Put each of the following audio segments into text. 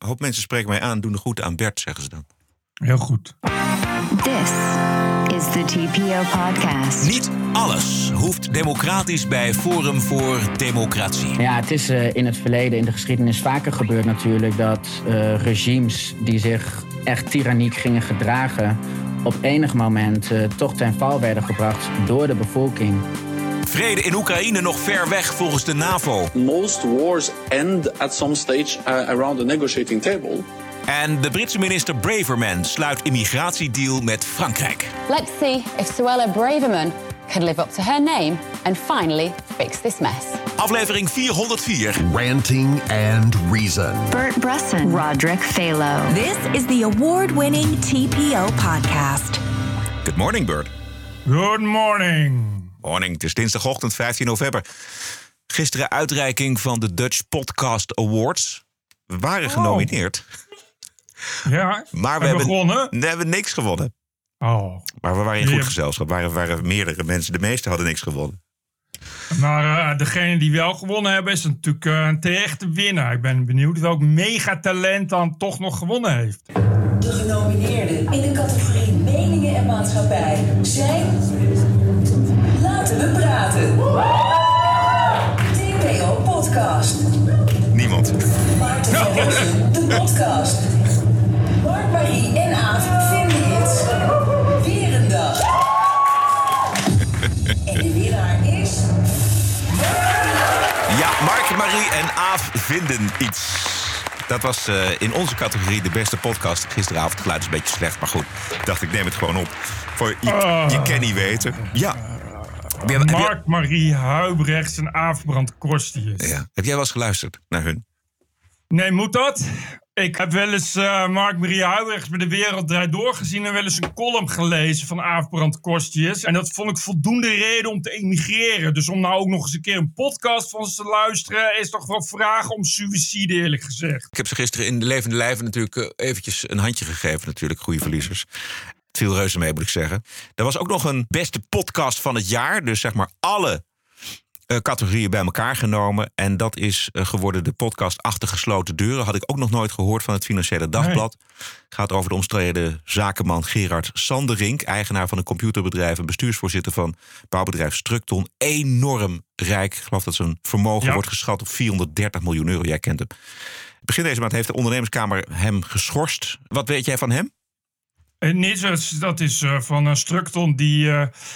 hoop mensen spreken mij aan, doen de groeten aan Bert, zeggen ze dan. Heel goed. This is the TPO podcast. Niet alles hoeft democratisch bij Forum voor Democratie. Ja, het is in het verleden, in de geschiedenis vaker gebeurd natuurlijk, dat regimes die zich echt tyranniek gingen gedragen, op enig moment toch ten val werden gebracht door de bevolking. Vrede in Oekraïne nog ver weg volgens de NAVO. Most wars end at some stage around the negotiating table. En de Britse minister Braverman sluit immigratiedeal met Frankrijk. Let's see if Suella Braverman can live up to her name and finally fix this mess. Aflevering 404. Ranting and Reason. Bert Bresson. Roderick Phalo. This is the award-winning TPO podcast. Good morning, Bert. Good morning. Morning, het is dinsdagochtend 15 november. Gisteren uitreiking van de Dutch Podcast Awards. We waren genomineerd. Ja, Maar we hebben niks gewonnen. Oh. Maar we waren in goed gezelschap. Er waren meerdere mensen. De meesten hadden niks gewonnen. Maar degene die wel gewonnen hebben is natuurlijk een terechte winnaar. Ik ben benieuwd welk megatalent dan toch nog gewonnen heeft. De genomineerden in de categorie meningen en maatschappij zijn... Laten we praten. TPO Podcast. Niemand. Maarten van Rossum, de podcast. Mark, Marie en Aaf vinden het weer een dag. En de winnaar is... Ja, Mark, Marie en Aaf vinden iets. Dat was in onze categorie de beste podcast gisteravond. Het geluid is een beetje slecht, maar goed. Ik dacht, ik neem het gewoon op. Je kan niet weten. Ja. Mark, Marie Huibrechts en Aaf Brand-Korstius. Ja. Heb jij wel eens geluisterd naar hun? Nee, moet dat? Ik heb wel eens Mark, Marie Huibrechts bij De Wereld Draait Door gezien en wel eens een column gelezen van Aaf Brand-Korstius. En dat vond ik voldoende reden om te emigreren. Dus om nou ook nog eens een keer een podcast van ze te luisteren, is toch wel vragen om suïcide, eerlijk gezegd. Ik heb ze gisteren in de levende lijven natuurlijk eventjes een handje gegeven, natuurlijk, goede verliezers. Het viel reuze mee, moet ik zeggen. Er was ook nog een beste podcast van het jaar. Dus zeg maar alle categorieën bij elkaar genomen. En dat is geworden de podcast Achter Gesloten Deuren. Had ik ook nog nooit gehoord van het Financiële Dagblad. Nee. Gaat over de omstreden zakenman Gerard Sanderink. Eigenaar van een computerbedrijf en bestuursvoorzitter van bouwbedrijf Structon. Enorm rijk. Ik geloof dat zijn vermogen wordt geschat op 430 miljoen euro. Jij kent hem. Begin deze maand heeft de ondernemerskamer hem geschorst. Wat weet jij van hem? Nee, dat is van Structon die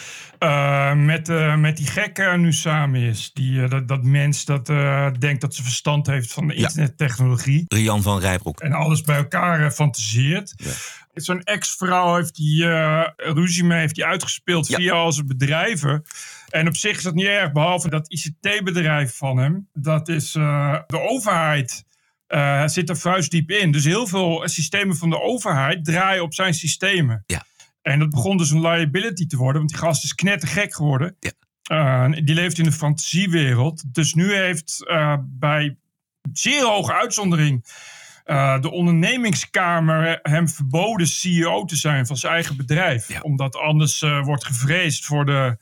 met die gek nu samen is. Dat mens dat denkt dat ze verstand heeft van de internettechnologie. Rian van Rijbroek. En alles bij elkaar fantaseert. Ja. Zijn ex-vrouw heeft die ruzie mee heeft die uitgespeeld via al zijn bedrijven. En op zich is dat niet erg, behalve dat ICT-bedrijf van hem. Dat is de overheid. Zit er vuistdiep in. Dus heel veel systemen van de overheid draaien op zijn systemen. Ja. En dat begon dus een liability te worden. Want die gast is knettergek geworden. Ja. Die leeft in een fantasiewereld. Dus nu heeft bij zeer hoge uitzondering de ondernemingskamer hem verboden CEO te zijn van zijn eigen bedrijf. Ja. Omdat anders wordt gevreesd voor de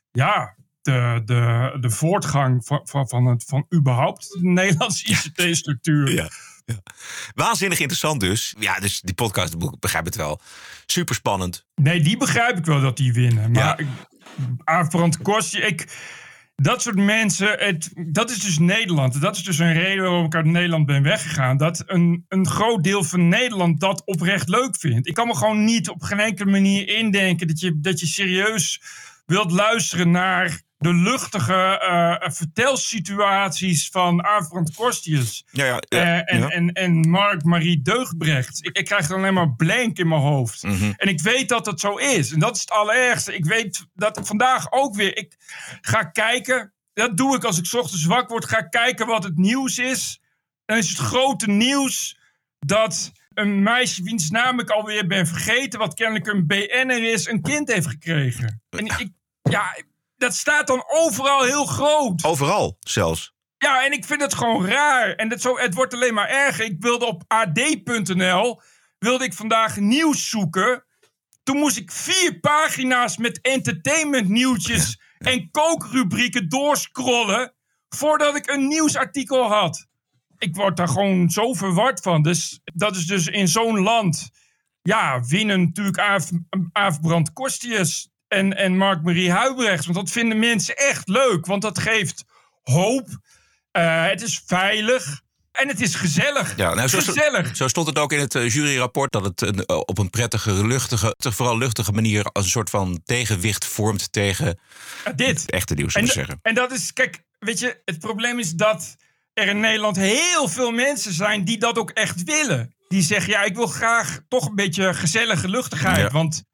voortgang van überhaupt de Nederlandse ICT-structuur. Ja. Ja. Waanzinnig interessant dus. Ja, dus die podcast, ik begrijp het wel. Super spannend. Nee, die begrijp ik wel dat die winnen. Maar Aaf Kostje, dat soort mensen, dat is dus Nederland. Dat is dus een reden waarom ik uit Nederland ben weggegaan. Dat een groot deel van Nederland dat oprecht leuk vindt. Ik kan me gewoon niet op geen enkele manier indenken dat je serieus wilt luisteren naar de luchtige vertelsituaties van Aaf Brand-Korstius. En Mark Marie Deugbrecht. Ik krijg er alleen maar blank in mijn hoofd. Mm-hmm. En ik weet dat het zo is. En dat is het allerergste. Ik weet dat ik vandaag ook weer... Ik ga kijken. Dat doe ik als ik 's ochtends wakker word. Ga kijken wat het nieuws is. Dan is het grote nieuws dat een meisje wiens naam ik alweer ben vergeten, wat kennelijk een BN'er is, een kind heeft gekregen. En dat staat dan overal heel groot. Overal zelfs? Ja, en ik vind het gewoon raar. En het wordt alleen maar erger. Ik wilde op ad.nl vandaag nieuws zoeken. Toen moest ik 4 pagina's met entertainment nieuwtjes en kookrubrieken doorscrollen voordat ik een nieuwsartikel had. ik word daar gewoon zo verward van. Dus dat is dus in zo'n land... Ja, winnen natuurlijk Aaf Brand Kostius en Mark-Marie Huibrechts. Want dat vinden mensen echt leuk. Want dat geeft hoop. Het is veilig. En het is gezellig. Ja, nou, gezellig. Zo stond het ook in het juryrapport... dat het op een prettige, vooral luchtige manier... als een soort van tegenwicht vormt tegen dit het echte nieuws, zou ik zeggen. En dat is, kijk, weet je, het probleem is dat er in Nederland heel veel mensen zijn... die dat ook echt willen. Die zeggen, ja, ik wil graag toch een beetje gezellige luchtigheid. Ja. Want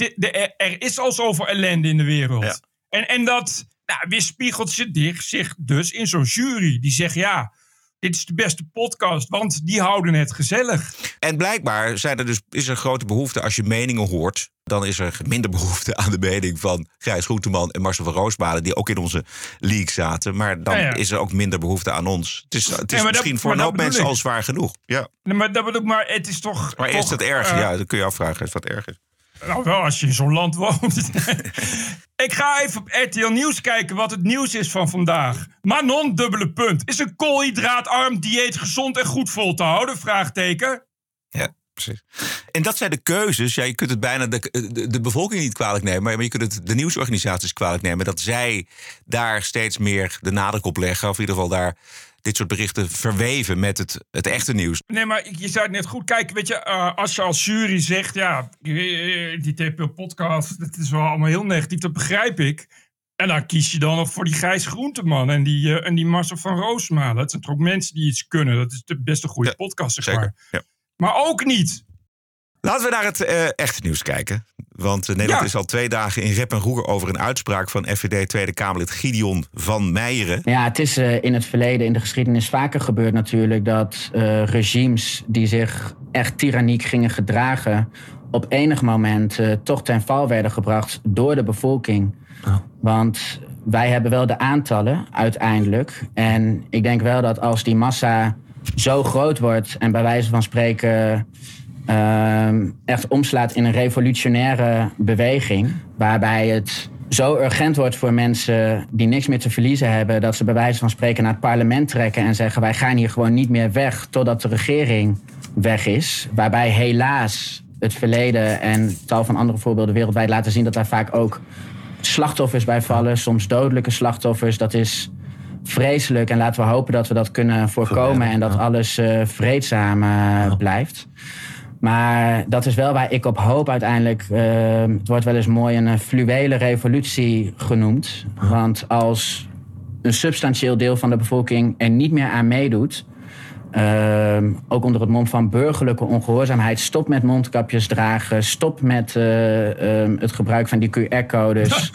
er is al zoveel ellende in de wereld. Ja. En dat weerspiegelt zich dus in zo'n jury. Die zegt, ja, dit is de beste podcast, want die houden het gezellig. En blijkbaar is er grote behoefte als je meningen hoort. Dan is er minder behoefte aan de mening van Gijs Groenteman en Marcel van Roosmalen... die ook in onze league zaten. Maar dan is er ook minder behoefte aan ons. Het is misschien voor een hoop mensen al zwaar genoeg. Ja. Nee, maar het is toch... Maar is dat erg? Ja, dat kun je afvragen of wat erg is. Nou wel, als je in zo'n land woont. Ik ga even op RTL Nieuws kijken wat het nieuws is van vandaag. Manon, punt. Is een koolhydraatarm dieet gezond en goed vol te houden? Vraagteken. Ja, precies. En dat zijn de keuzes. Ja, je kunt het bijna de bevolking niet kwalijk nemen... maar je kunt het de nieuwsorganisaties kwalijk nemen... dat zij daar steeds meer de nadruk op leggen... of in ieder geval daar dit soort berichten verweven met het echte nieuws. Nee, maar je zei het net goed. Kijk, weet je, als je als jury zegt... ja, die TPO-podcast, dat is wel allemaal heel negatief, dat begrijp ik. En dan kies je dan nog voor die Gijs Groenteman en die Marcel van Roosmalen. Dat zijn toch ook mensen die iets kunnen. Dat is best een goede podcast, zeg maar. Ja. Maar ook niet. Laten we naar het echte nieuws kijken. Want Nederland is al 2 dagen in rep en roer over een uitspraak van FVD Tweede Kamerlid Gideon van Meijeren. Ja, het is in het verleden, in de geschiedenis vaker gebeurd natuurlijk... dat regimes die zich echt tyranniek gingen gedragen... op enig moment toch ten val werden gebracht door de bevolking. Oh. Want wij hebben wel de aantallen uiteindelijk. En ik denk wel dat als die massa zo groot wordt... en bij wijze van spreken... echt omslaat in een revolutionaire beweging... waarbij het zo urgent wordt voor mensen die niks meer te verliezen hebben... dat ze bij wijze van spreken naar het parlement trekken en zeggen... wij gaan hier gewoon niet meer weg totdat de regering weg is. Waarbij helaas het verleden en tal van andere voorbeelden wereldwijd laten zien... dat daar vaak ook slachtoffers bij vallen, soms dodelijke slachtoffers. Dat is vreselijk en laten we hopen dat we dat kunnen voorkomen... en dat alles vreedzaam blijft. Maar dat is wel waar ik op hoop uiteindelijk. Het wordt wel eens mooi een fluwele revolutie genoemd. Want als een substantieel deel van de bevolking er niet meer aan meedoet... ook onder het mom van burgerlijke ongehoorzaamheid... stop met mondkapjes dragen, stop met het gebruik van die QR-codes...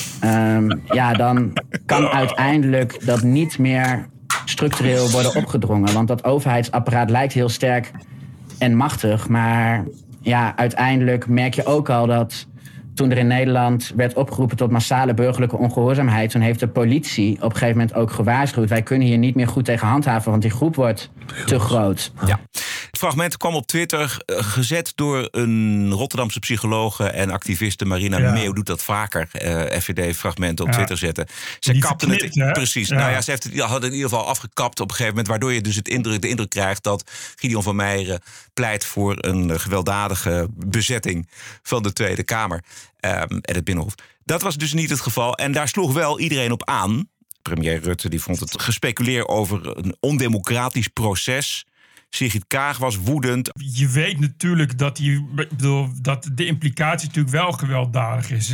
dan kan uiteindelijk dat niet meer structureel worden opgedrongen. Want dat overheidsapparaat lijkt heel sterk... en machtig, maar ja, uiteindelijk merk je ook al dat... toen er in Nederland werd opgeroepen tot massale burgerlijke ongehoorzaamheid... toen heeft de politie op een gegeven moment ook gewaarschuwd... wij kunnen hier niet meer goed tegen handhaven, want die groep wordt te groot. Ja. Het fragment kwam op Twitter, gezet door een Rotterdamse psychologe en activiste. Marina Meeuw doet dat vaker, FVD-fragmenten op Twitter zetten. Ze kapten het, precies. Ja. Nou ja, ze had het in ieder geval afgekapt op een gegeven moment... waardoor je dus de indruk krijgt dat Gideon van Meijeren pleit voor een gewelddadige bezetting van de Tweede Kamer en het Binnenhof. Dat was dus niet het geval en daar sloeg wel iedereen op aan. Premier Rutte die vond het gespeculeer over een ondemocratisch proces... Sigrid Kaag was woedend. Je weet natuurlijk dat dat de implicatie natuurlijk wel gewelddadig is.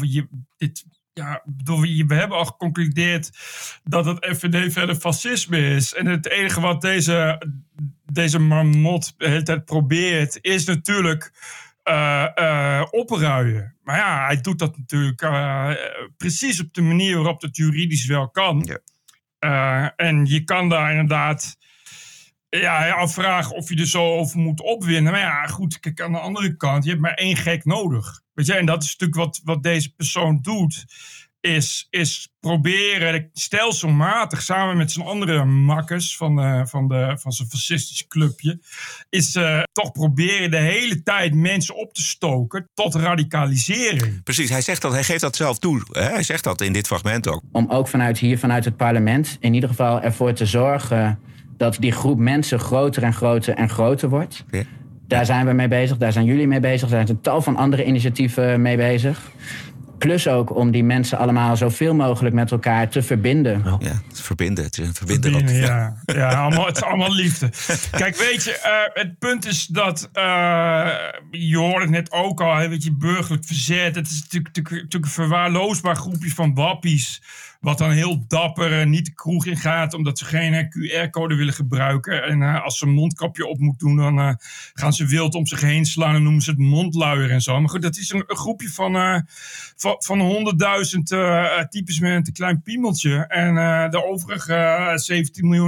We hebben al geconcludeerd dat het FVD verder fascisme is. En het enige wat deze marmot de hele tijd probeert... is natuurlijk opruien. Maar ja, hij doet dat natuurlijk precies op de manier waarop dat juridisch wel kan. Ja. En je kan daar inderdaad... Ja, afvragen of je er zo over moet opwinden. Maar ja, goed, kijk, aan de andere kant, je hebt maar 1 gek nodig. Weet je, en dat is natuurlijk wat deze persoon doet. Is proberen stelselmatig, samen met zijn andere makkers van zijn fascistisch clubje... is toch proberen de hele tijd mensen op te stoken tot radicalisering. Precies, hij geeft dat zelf toe. Hè? Hij zegt dat in dit fragment ook. Om ook vanuit het parlement in ieder geval ervoor te zorgen... dat die groep mensen groter en groter en groter wordt. Ja. Daar zijn we mee bezig, daar zijn jullie mee bezig. Daar zijn een tal van andere initiatieven mee bezig. Plus ook om die mensen allemaal zoveel mogelijk met elkaar te verbinden. Ja, het verbinden. Het is een verbinder. Ja, het is allemaal liefde. Kijk, weet je, het punt is dat... je hoorde het net ook al, weet je, burgerlijk verzet. Het is natuurlijk een verwaarloosbaar groepje van wappies... wat dan heel dapper niet de kroeg in gaat... omdat ze geen QR-code willen gebruiken. En als ze een mondkapje op moet doen... dan gaan ze wild om zich heen slaan... en noemen ze het mondluier en zo. Maar goed, dat is een groepje van 100.000 types met een klein piemeltje. En de overige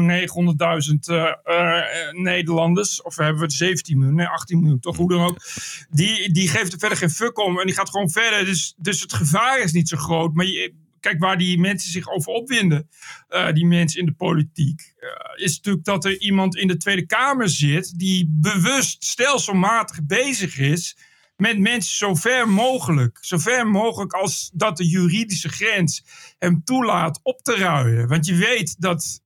17.900.000 Nederlanders... of hebben we het 17 miljoen? Nee, 18 miljoen, toch? Hoe dan ook. Die geeft er verder geen fuck om. En die gaat gewoon verder. Dus het gevaar is niet zo groot. Maar kijk, waar die mensen zich over opwinden, die mensen in de politiek, is natuurlijk dat er iemand in de Tweede Kamer zit die bewust stelselmatig bezig is met mensen zo ver mogelijk als dat de juridische grens hem toelaat op te ruien. Want je weet dat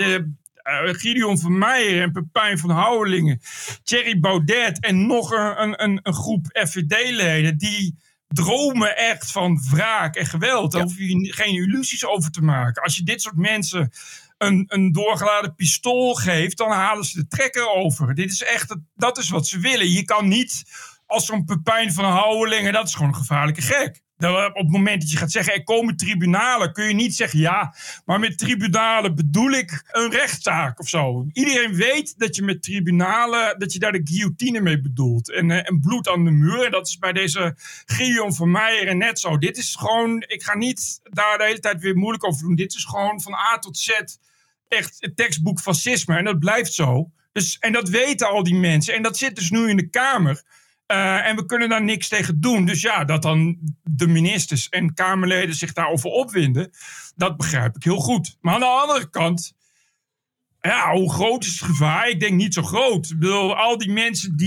Gideon van Meijer en Pepijn van Houwelingen, Thierry Baudet en nog een groep FVD-leden die dromen echt van wraak en geweld. Daar hoef je geen illusies over te maken. Als je dit soort mensen een doorgeladen pistool geeft, dan halen ze de trekker over. Dat is wat ze willen. Je kan niet als zo'n Pepijn van Houwelingen, dat is gewoon een gevaarlijke gek. Op het moment dat je gaat zeggen, er komen tribunalen, kun je niet zeggen, ja, maar met tribunalen bedoel ik een rechtszaak of zo. Iedereen weet dat je met tribunalen, dat je daar de guillotine mee bedoelt. En bloed aan de muur. En dat is bij deze Gideon van Meijer net zo. Dit is gewoon, ik ga niet daar de hele tijd weer moeilijk over doen. Dit is gewoon van A tot Z echt het tekstboek fascisme. En dat blijft zo. Dus, en dat weten al die mensen. En dat zit dus nu in de Kamer. En we kunnen daar niks tegen doen. Dus ja, dat dan de ministers en Kamerleden zich daarover opwinden, dat begrijp ik heel goed. Maar aan de andere kant, ja, hoe groot is het gevaar? Ik denk niet zo groot. Ik bedoel, al die mensen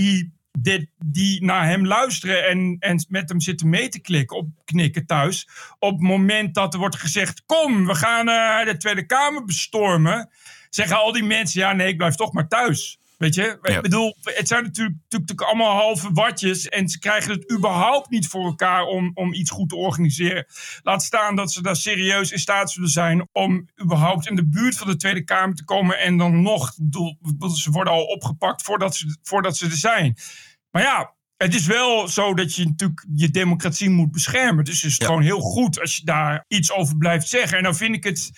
die naar hem luisteren en met hem zitten mee te knikken thuis, op het moment dat er wordt gezegd, kom, we gaan de Tweede Kamer bestormen, zeggen al die mensen, ja nee, ik blijf toch maar thuis. Weet je, ik bedoel, het zijn natuurlijk allemaal halve watjes en ze krijgen het überhaupt niet voor elkaar om iets goed te organiseren. Laat staan dat ze daar serieus in staat zullen zijn om überhaupt in de buurt van de Tweede Kamer te komen en dan nog, ze worden al opgepakt voordat ze er zijn. Maar ja, het is wel zo dat je natuurlijk je democratie moet beschermen. Dus is het gewoon heel goed als je daar iets over blijft zeggen. En dan vind ik het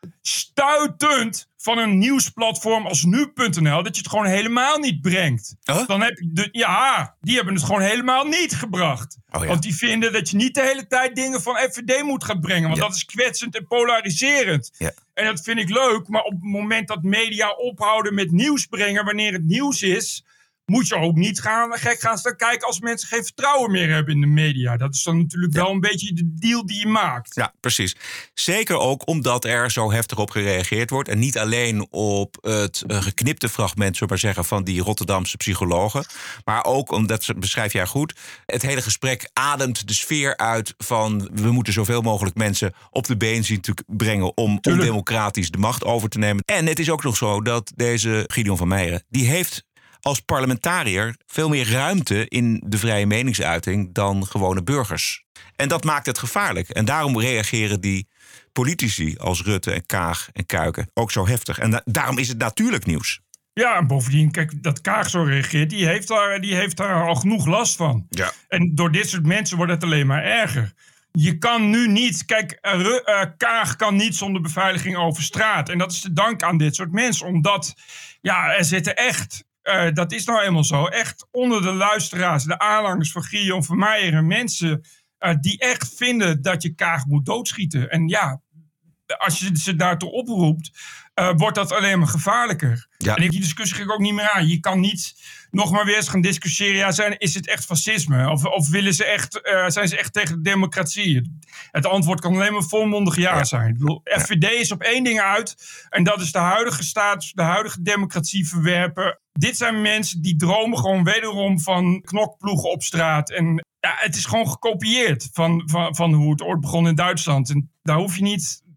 stuitend van een nieuwsplatform als nu.nl dat je het gewoon helemaal niet brengt. Dan heb je die hebben het gewoon helemaal niet gebracht. Want die vinden dat je niet de hele tijd dingen van FVD moet gaan brengen. Want dat is kwetsend en polariserend. Ja. En dat vind ik leuk. Maar op het moment dat media ophouden met nieuws brengen, wanneer het nieuws is, moet je ook niet gek gaan staan kijken als mensen geen vertrouwen meer hebben in de media. Dat is dan natuurlijk wel een beetje de deal die je maakt. Ja, precies. Zeker ook omdat er zo heftig op gereageerd wordt. En niet alleen op het geknipte fragment, zullen we maar zeggen, van die Rotterdamse psychologen. Maar ook, omdat, beschrijf jij goed, het hele gesprek ademt de sfeer uit van we moeten zoveel mogelijk mensen op de been zien te brengen om democratisch de macht over te nemen. En het is ook nog zo dat deze Gideon van Meijer, die heeft als parlementariër veel meer ruimte in de vrije meningsuiting dan gewone burgers. En dat maakt het gevaarlijk. En daarom reageren die politici als Rutte en Kaag en Kuiken ook zo heftig. En daarom is het natuurlijk nieuws. Ja, en bovendien, kijk, dat Kaag zo reageert, die heeft daar al genoeg last van. Ja. En door dit soort mensen wordt het alleen maar erger. Je kan nu niet, kijk, Kaag kan niet zonder beveiliging over straat. En dat is te danken aan dit soort mensen. Omdat, er zitten echt, dat is nou eenmaal zo, echt onder de luisteraars, de aanhangers van Gideon van Meijer, mensen die echt vinden dat je Kaag moet doodschieten. En ja, als je ze daartoe oproept, wordt dat alleen maar gevaarlijker. Ja. En die discussie ga ik ook niet meer aan. Je kan niet nog maar weer eens gaan discussiëren, is het echt fascisme? Of willen ze echt, zijn ze echt tegen de democratie? Het antwoord kan alleen maar volmondig ja zijn. Ik bedoel, FVD is op één ding uit, en dat is de huidige status, de huidige democratie verwerpen. Dit zijn mensen die dromen gewoon wederom van knokploegen op straat. En ja, het is gewoon gekopieerd van hoe het ooit begon in Duitsland. En daar hoef je niet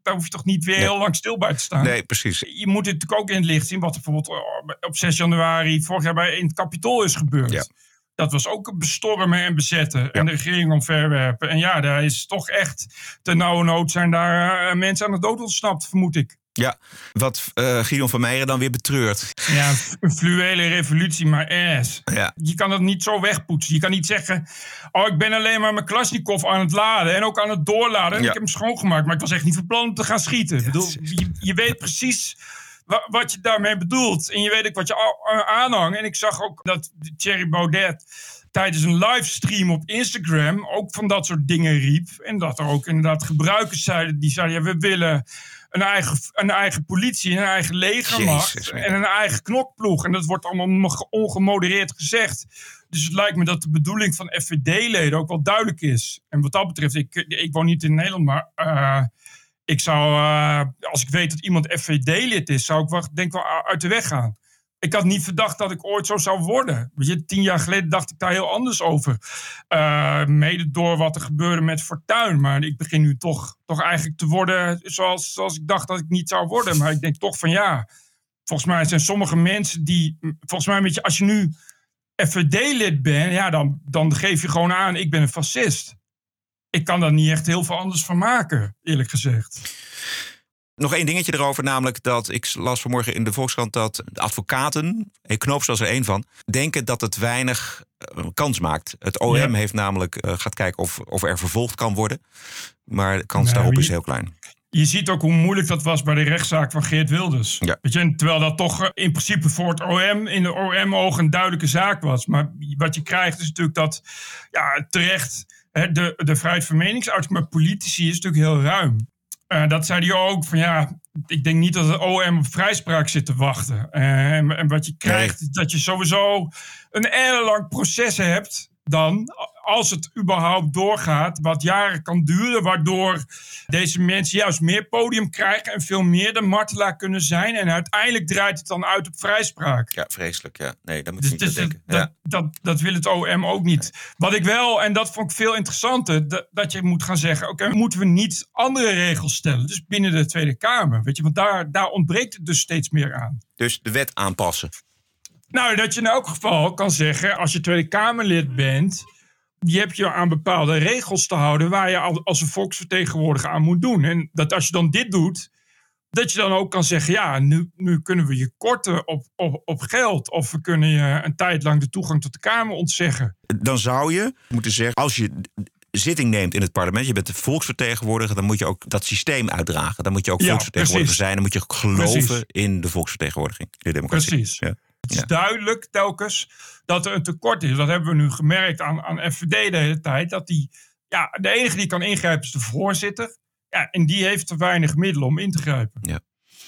daar hoef je toch niet weer heel lang stil bij te staan. Nee, precies. Je moet het natuurlijk ook in het licht zien wat er bijvoorbeeld op 6 januari vorig jaar in het Capitool is gebeurd. Ja. Dat was ook bestormen en bezetten en de regering omverwerpen. En ja, daar is toch echt ten nauwe nood zijn daar mensen aan de dood ontsnapt, vermoed ik. Ja, wat Gideon van Meijeren dan weer betreurt. Ja, een fluwele revolutie, maar ass. Ja. Je kan dat niet zo wegpoetsen. Je kan niet zeggen, ik ben alleen maar mijn Kalashnikov aan het laden en ook aan het doorladen. En ik heb hem schoongemaakt, maar ik was echt niet van plan om te gaan schieten. Ik bedoel, je weet precies wat je daarmee bedoelt. En je weet ook wat je aanhangt. En ik zag ook dat Thierry Baudet tijdens een livestream op Instagram ook van dat soort dingen riep. En dat er ook inderdaad gebruikers zeiden, die zeiden, we willen een eigen politie, een eigen legermacht en een eigen knokploeg. En dat wordt allemaal ongemodereerd gezegd. Dus het lijkt me dat de bedoeling van FVD-leden ook wel duidelijk is. En wat dat betreft, ik woon niet in Nederland, maar ik zou, als ik weet dat iemand FVD-lid is, zou ik wel uit de weg gaan. Ik had niet verdacht dat ik ooit zo zou worden. Weet je, 10 jaar geleden dacht ik daar heel anders over. Mede door wat er gebeurde met Fortuyn. Maar ik begin nu toch eigenlijk te worden zoals ik dacht dat ik niet zou worden. Maar ik denk toch van ja, volgens mij zijn sommige mensen die... Volgens mij, weet je, als je nu FVD-lid bent, ja, dan geef je gewoon aan, ik ben een fascist. Ik kan daar niet echt heel veel anders van maken, eerlijk gezegd. Nog één dingetje erover, namelijk dat ik las vanmorgen in de Volkskrant dat de advocaten, Knoops was er één van, denken dat het weinig kans maakt. Het OM heeft namelijk gaat kijken of er vervolgd kan worden, maar de kans daarop is heel klein. Je ziet ook hoe moeilijk dat was bij de rechtszaak van Geert Wilders. Ja. Weet je, terwijl dat toch in principe voor het OM in de OM-ogen een duidelijke zaak was. Maar wat je krijgt is natuurlijk dat terecht de vrijheid van meningsuiting met politici is natuurlijk heel ruim. Dat zei hij ook van ik denk niet dat het OM op vrijspraak zit te wachten. En wat je krijgt is dat je sowieso een ellenlang proces hebt dan, als het überhaupt doorgaat, wat jaren kan duren, waardoor deze mensen juist meer podium krijgen en veel meer de martelaar kunnen zijn. En uiteindelijk draait het dan uit op vrijspraak. Ja, vreselijk, ja. Nee, dat moet je niet denken. Dat wil het OM ook niet. Nee. Wat ik wel, en dat vond ik veel interessanter, dat je moet gaan zeggen, oké, moeten we niet andere regels stellen? Dus binnen de Tweede Kamer, weet je, want daar ontbreekt het dus steeds meer aan. Dus de wet aanpassen. Nou, dat je in elk geval kan zeggen, als je Tweede Kamerlid bent, je hebt je aan bepaalde regels te houden waar je als een volksvertegenwoordiger aan moet doen. En dat als je dan dit doet, dat je dan ook kan zeggen, nu kunnen we je korten op geld. Of we kunnen je een tijd lang de toegang tot de Kamer ontzeggen. Dan zou je moeten zeggen, als je zitting neemt in het parlement, je bent de volksvertegenwoordiger, dan moet je ook dat systeem uitdragen. Dan moet je ook volksvertegenwoordiger zijn. Dan moet je ook geloven in de volksvertegenwoordiging, de democratie. Precies. Ja. Het is duidelijk telkens dat er een tekort is. Dat hebben we nu gemerkt aan FVD de hele tijd. Dat de enige die kan ingrijpen is de voorzitter. Ja, en die heeft te weinig middelen om in te grijpen. Ja.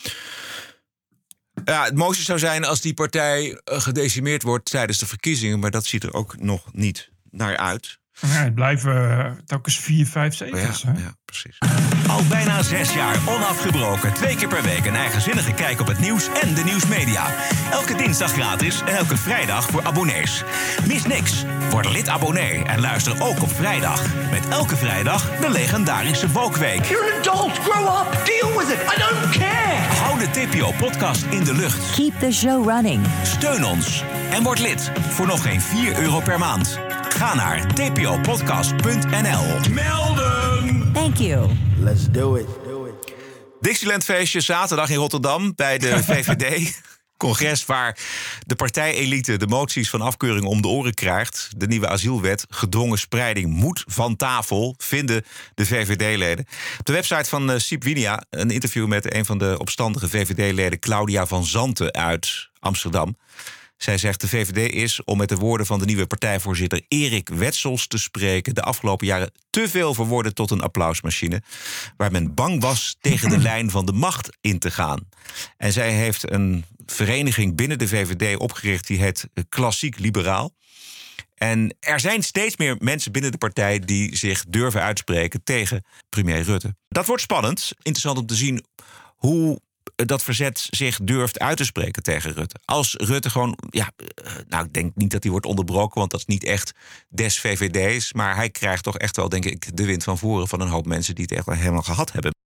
Ja, het mooiste zou zijn als die partij gedecimeerd wordt tijdens de verkiezingen. Maar dat ziet er ook nog niet naar uit. Ja, het blijven telkens 4, 5 zetels. Ja, precies. Al bijna 6 jaar onafgebroken. 2 keer per week een eigenzinnige kijk op het nieuws en de nieuwsmedia. Elke dinsdag gratis en elke vrijdag voor abonnees. Mis niks. Word lid-abonnee en luister ook op vrijdag. Met elke vrijdag de legendarische Wokweek. You're an adult. Grow up. Deal with it. I don't care. Hou de TPO-podcast in de lucht. Keep the show running. Steun ons en word lid voor nog geen €4 per maand. Ga naar tpopodcast.nl. Melden! Thank you. Let's do it. Dixielandfeestje zaterdag in Rotterdam bij de VVD. Congres waar de partij-elite de moties van afkeuring om de oren krijgt. De nieuwe asielwet, gedwongen spreiding, moet van tafel, vinden de VVD-leden. Op de website van Siep Winia een interview met een van de opstandige VVD-leden, Claudia van Zanten uit Amsterdam. Zij zegt de VVD is, om met de woorden van de nieuwe partijvoorzitter Erik Wetsels te spreken, de afgelopen jaren te veel verworden tot een applausmachine, waar men bang was tegen de lijn van de macht in te gaan. En zij heeft een vereniging binnen de VVD opgericht, die heet Klassiek Liberaal. En er zijn steeds meer mensen binnen de partij die zich durven uitspreken tegen premier Rutte. Dat wordt spannend, interessant om te zien hoe dat verzet zich durft uit te spreken tegen Rutte. Als Rutte gewoon, ik denk niet dat hij wordt onderbroken, want dat is niet echt des VVD's, maar hij krijgt toch echt wel, denk ik, de wind van voren van een hoop mensen die het echt wel helemaal gehad hebben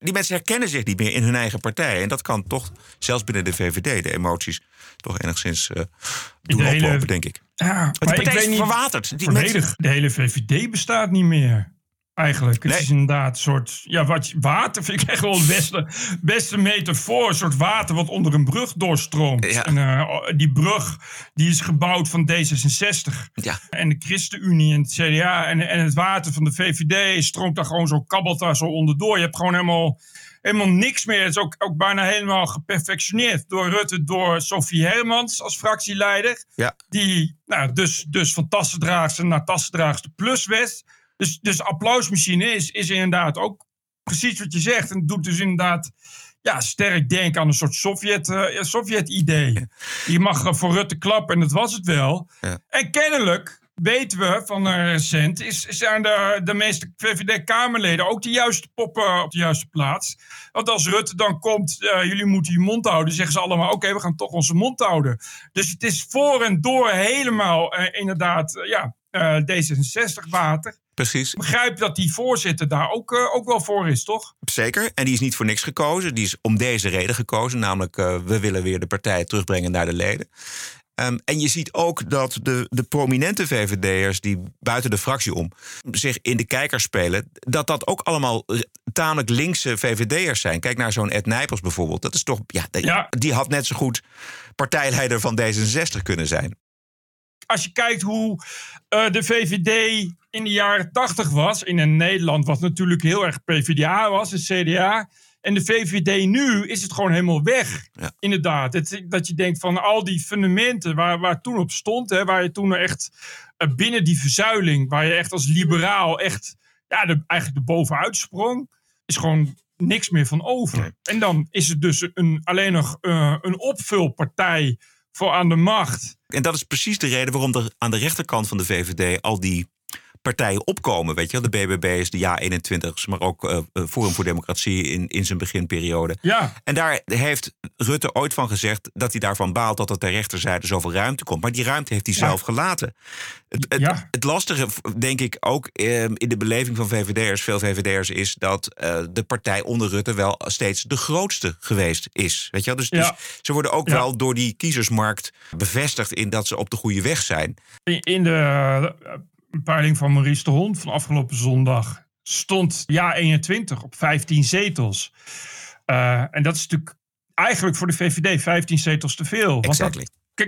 die mensen herkennen zich niet meer in hun eigen partij. En dat kan toch, zelfs binnen de VVD, de emoties toch enigszins doen oplopen, denk ik. Ja, de partij is verwaterd. De hele VVD bestaat niet meer. Eigenlijk. Het is inderdaad een soort... Ja, water vind ik echt wel het beste metafoor. Een soort water wat onder een brug doorstroomt. Ja. En die brug die is gebouwd van D66. Ja. En de ChristenUnie en het CDA. En het water van de VVD stroomt daar gewoon zo, kabbelt daar zo onderdoor. Je hebt gewoon helemaal niks meer. Het is ook bijna helemaal geperfectioneerd door Rutte, door Sophie Hermans als fractieleider. Ja. Die dus van tassendraagster naar tassendraagster plus werd. Dus applausmachine is inderdaad ook precies wat je zegt. En het doet dus inderdaad sterk denken aan een soort Sovjet-idee. Ja. Je mag voor Rutte klappen en dat was het wel. Ja. En kennelijk weten we van recent, zijn de meeste VVD-Kamerleden ook de juiste poppen op de juiste plaats. Want als Rutte dan komt, jullie moeten je mond houden, zeggen ze allemaal, oké, we gaan toch onze mond houden. Dus het is voor en door helemaal inderdaad D66 water. Precies. Ik begrijp dat die voorzitter daar ook wel voor is, toch? Zeker. En die is niet voor niks gekozen. Die is om deze reden gekozen. Namelijk, we willen weer de partij terugbrengen naar de leden. En je ziet ook dat de prominente VVD'ers die buiten de fractie om zich in de kijker spelen, dat ook allemaal tamelijk linkse VVD'ers zijn. Kijk naar zo'n Ed Nijpels bijvoorbeeld. Dat is toch, die had net zo goed partijleider van D66 kunnen zijn. Als je kijkt hoe de VVD in de jaren 80 was, in een Nederland wat natuurlijk heel erg PvdA was, een CDA. En de VVD nu is het gewoon helemaal weg. Ja. Inderdaad. Dat je denkt van al die fundamenten waar toen op stond, waar je toen echt binnen die verzuiling, waar je echt als liberaal echt eigenlijk erbovenuit sprong, is gewoon niks meer van over. Nee. En dan is het dus alleen nog een opvulpartij voor aan de macht. En dat is precies de reden waarom er aan de rechterkant van de VVD al die partijen opkomen. Weet je, de BBB is de JA21, maar ook Forum voor Democratie in zijn beginperiode. Ja. En daar heeft Rutte ooit van gezegd dat hij daarvan baalt dat er ter rechterzijde zoveel ruimte komt. Maar die ruimte heeft hij zelf gelaten. Het lastige, denk ik, ook in de beleving van VVD'ers, veel VVD'ers, is dat de partij onder Rutte wel steeds de grootste geweest is. Weet je wel? Dus ze worden ook wel door die kiezersmarkt bevestigd in dat ze op de goede weg zijn. In de peiling van Maurice de Hond van afgelopen zondag stond JA21 op 15 zetels. En dat is natuurlijk eigenlijk voor de VVD 15 zetels te veel. Exactly. Kijk,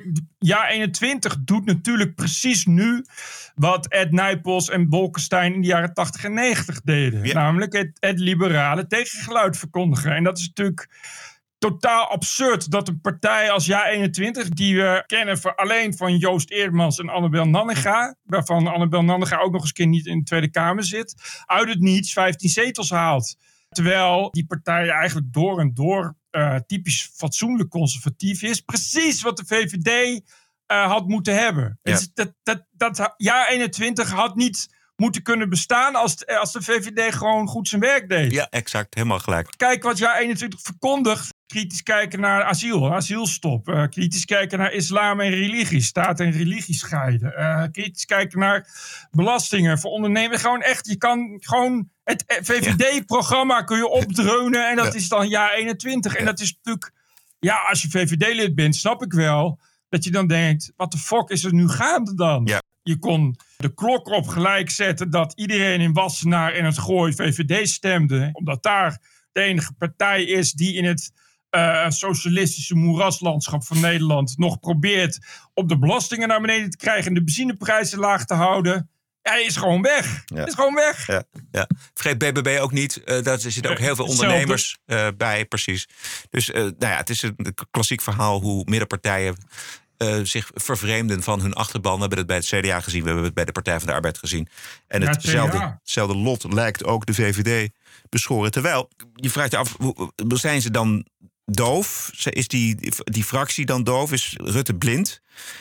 JA21 doet natuurlijk precies nu wat Ed Nijpels en Bolkestein in de jaren 80 en 90 deden. Ja. Namelijk het liberale tegengeluid verkondigen. En dat is natuurlijk totaal absurd dat een partij als JA21, die we kennen alleen van Joost Eerdmans en Annabel Nanninga, waarvan Annabel Nanninga ook nog eens keer niet in de Tweede Kamer zit, uit het niets 15 zetels haalt. Terwijl die partij eigenlijk door en door typisch fatsoenlijk conservatief is. Precies wat de VVD had moeten hebben. Ja. Dat JA21 had niet moeten kunnen bestaan als de VVD gewoon goed zijn werk deed. Ja, exact. Helemaal gelijk. Kijk wat JA21 verkondigt. Kritisch kijken naar asielstop. Kritisch kijken naar islam en religie. Staat en religie scheiden. Kritisch kijken naar belastingen voor ondernemers. Gewoon echt, je kan gewoon het VVD-programma kun je opdreunen. En dat is dan JA21. En dat is natuurlijk, als je VVD-lid bent, snap ik wel dat je dan denkt, wat de fuck is er nu gaande dan? Ja. Je kon de klok op gelijk zetten dat iedereen in Wassenaar en het Gooi VVD stemde. Omdat daar de enige partij is die in het socialistische moeraslandschap van Nederland nog probeert op de belastingen naar beneden te krijgen en de benzineprijzen laag te houden. Hij is gewoon weg. Ja. Is gewoon weg. Ja. Vergeet BBB ook niet. Daar zitten ook heel veel ondernemers bij, precies. Dus het is een klassiek verhaal hoe middenpartijen zich vervreemden van hun achterban. We hebben het bij het CDA gezien, we hebben het bij de Partij van de Arbeid gezien. En hetzelfde lot lijkt ook de VVD beschoren. Terwijl, je vraagt je af, zijn ze dan doof? Is die fractie dan doof? Is Rutte blind?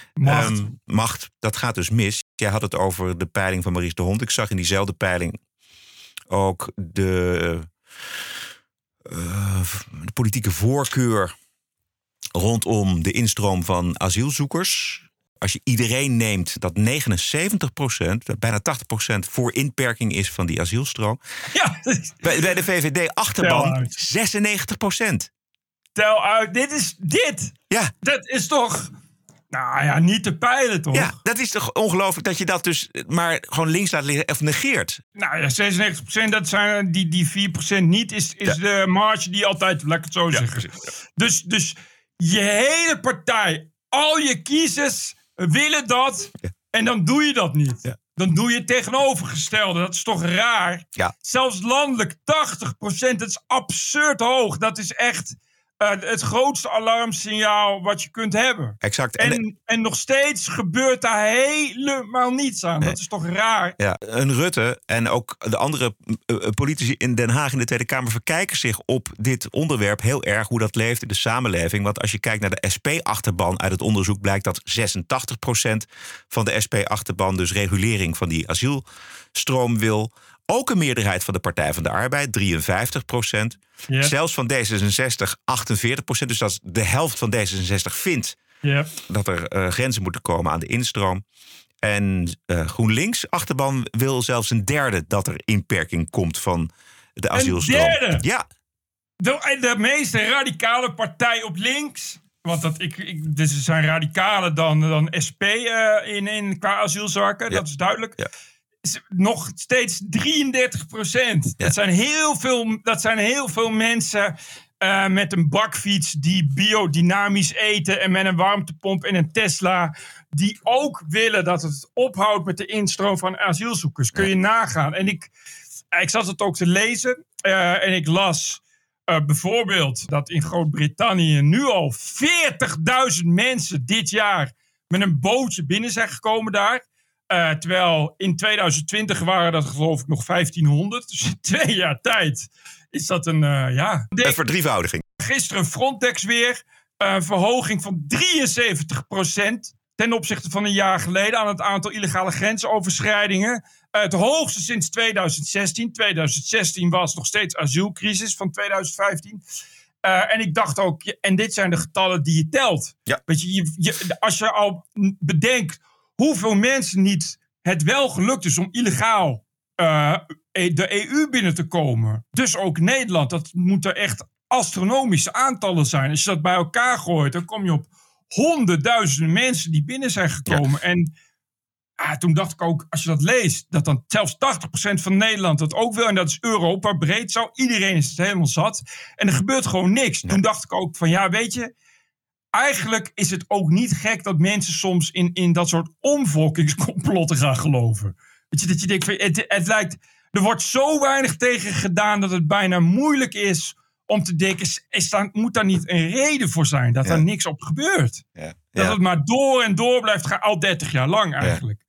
Macht, dat gaat dus mis. Jij had het over de peiling van Maurice de Hond. Ik zag in diezelfde peiling ook de politieke voorkeur rondom de instroom van asielzoekers. Als je iedereen neemt dat 79%, bijna 80% voor inperking is van die asielstroom. Ja. Bij de VVD-achterban 96%. Tel uit, dit. Ja. Dat is toch... Nou ja, niet te peilen, toch? Ja, dat is toch ongelooflijk dat je dat dus maar gewoon links laat liggen of negeert. Nou ja, 96%, dat zijn die 4% niet, is de marge die altijd, laat ik het zo zeggen. Precies, ja. Dus je hele partij, al je kiezers willen dat en dan doe je dat niet. Ja. Dan doe je het tegenovergestelde. Dat is toch raar? Ja. Zelfs landelijk 80%, dat is absurd hoog. Dat is echt... het grootste alarmsignaal wat je kunt hebben. Exact. En nog steeds gebeurt daar helemaal niets aan. Nee. Dat is toch raar? Ja, en Rutte en ook de andere politici in Den Haag in de Tweede Kamer verkijken zich op dit onderwerp heel erg hoe dat leeft in de samenleving. Want als je kijkt naar de SP-achterban uit het onderzoek blijkt dat 86% van de SP-achterban dus regulering van die asielstroom wil. Ook een meerderheid van de Partij van de Arbeid, 53%. Yep. Zelfs van D66, 48%. Dus dat is de helft van D66 vindt dat er grenzen moeten komen aan de instroom. En GroenLinks, achterban, wil zelfs een derde dat er inperking komt van de asielstroom. Een derde? Ja. De meest radicale partij op links... Want dus ze zijn radicaler dan SP qua asielzaken, dat is duidelijk. Ja. Nog steeds 33%. Ja. Dat zijn heel veel mensen met een bakfiets die biodynamisch eten en met een warmtepomp en een Tesla, die ook willen dat het ophoudt met de instroom van asielzoekers. Kun je nagaan. En ik zat het ook te lezen en ik las bijvoorbeeld dat in Groot-Brittannië nu al 40.000 mensen dit jaar met een bootje binnen zijn gekomen daar. Terwijl in 2020 waren dat geloof ik nog 1500. Dus in 2 jaar tijd is dat een verdrievoudiging. Gisteren Frontex weer. Verhoging van 73% ten opzichte van een jaar geleden aan het aantal illegale grensoverschrijdingen. Het hoogste sinds 2016. 2016 was nog steeds asielcrisis van 2015. En ik dacht ook, en dit zijn de getallen die je telt. Ja. Weet je, als je al bedenkt hoeveel mensen niet het wel gelukt is om illegaal de EU binnen te komen. Dus ook Nederland, dat moeten echt astronomische aantallen zijn. Als je dat bij elkaar gooit, dan kom je op honderdduizenden mensen die binnen zijn gekomen. Ja. En toen dacht ik ook, als je dat leest, dat dan zelfs 80% van Nederland dat ook wil. En dat is Europa breed zo. Iedereen is het helemaal zat. En er gebeurt gewoon niks. Ja. Toen dacht ik ook van, weet je, eigenlijk is het ook niet gek dat mensen soms in dat soort omvolkingscomplotten gaan geloven. Weet je, dat je denkt, het lijkt, er wordt zo weinig tegen gedaan dat het bijna moeilijk is om te denken, moet daar niet een reden voor zijn dat er niks op gebeurt? Ja. Dat het maar door en door blijft gaan, al 30 jaar lang eigenlijk.